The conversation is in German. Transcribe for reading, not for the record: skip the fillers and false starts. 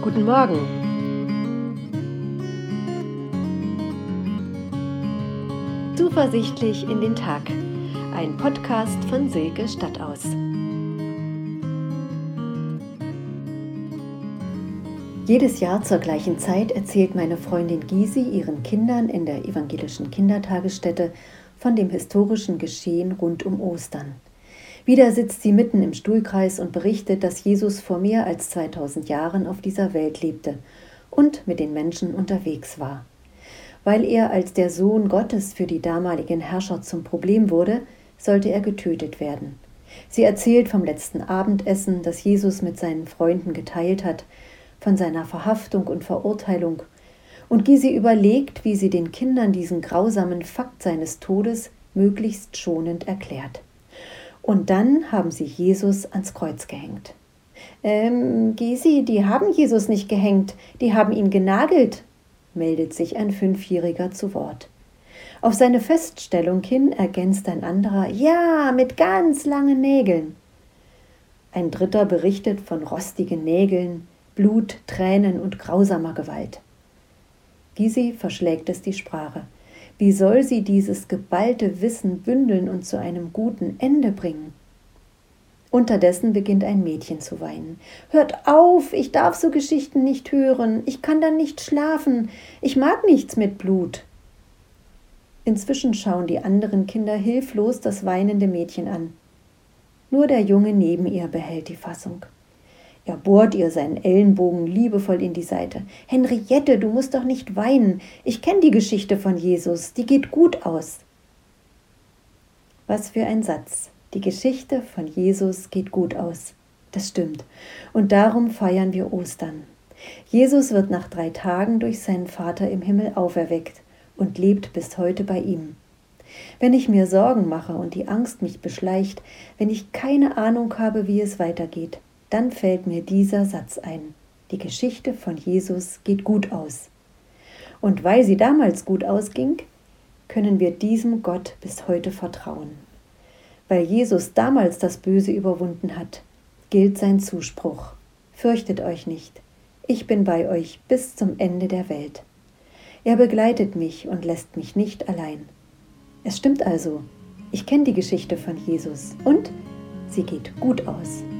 Guten Morgen. Zuversichtlich in den Tag. Ein Podcast von Silke Stadtaus. Jedes Jahr zur gleichen Zeit erzählt meine Freundin Gysi ihren Kindern in der evangelischen Kindertagesstätte von dem historischen Geschehen rund um Ostern. Wieder sitzt sie mitten im Stuhlkreis und berichtet, dass Jesus vor mehr als 2000 Jahren auf dieser Welt lebte und mit den Menschen unterwegs war. Weil er als der Sohn Gottes für die damaligen Herrscher zum Problem wurde, sollte er getötet werden. Sie erzählt vom letzten Abendessen, das Jesus mit seinen Freunden geteilt hat, von seiner Verhaftung und Verurteilung. Und Gysi überlegt, wie sie den Kindern diesen grausamen Fakt seines Todes möglichst schonend erklärt. Und dann haben sie Jesus ans Kreuz gehängt. Gysi, die haben Jesus nicht gehängt, die haben ihn genagelt, meldet sich ein 5-Jähriger zu Wort. Auf seine Feststellung hin ergänzt ein anderer, ja, mit ganz langen Nägeln. Ein dritter berichtet von rostigen Nägeln, Blut, Tränen und grausamer Gewalt. Gysi verschlägt es die Sprache. Wie soll sie dieses geballte Wissen bündeln und zu einem guten Ende bringen? Unterdessen beginnt ein Mädchen zu weinen. Hört auf, ich darf so Geschichten nicht hören, ich kann dann nicht schlafen, ich mag nichts mit Blut. Inzwischen schauen die anderen Kinder hilflos das weinende Mädchen an. Nur der Junge neben ihr behält die Fassung. Er bohrt ihr seinen Ellenbogen liebevoll in die Seite. Henriette, du musst doch nicht weinen. Ich kenne die Geschichte von Jesus. Die geht gut aus. Was für ein Satz. Die Geschichte von Jesus geht gut aus. Das stimmt. Und darum feiern wir Ostern. Jesus wird nach 3 Tagen durch seinen Vater im Himmel auferweckt und lebt bis heute bei ihm. Wenn ich mir Sorgen mache und die Angst mich beschleicht, wenn ich keine Ahnung habe, wie es weitergeht, dann fällt mir dieser Satz ein. Die Geschichte von Jesus geht gut aus. Und weil sie damals gut ausging, können wir diesem Gott bis heute vertrauen. Weil Jesus damals das Böse überwunden hat, gilt sein Zuspruch. Fürchtet euch nicht, ich bin bei euch bis zum Ende der Welt. Er begleitet mich und lässt mich nicht allein. Es stimmt also, ich kenne die Geschichte von Jesus und sie geht gut aus.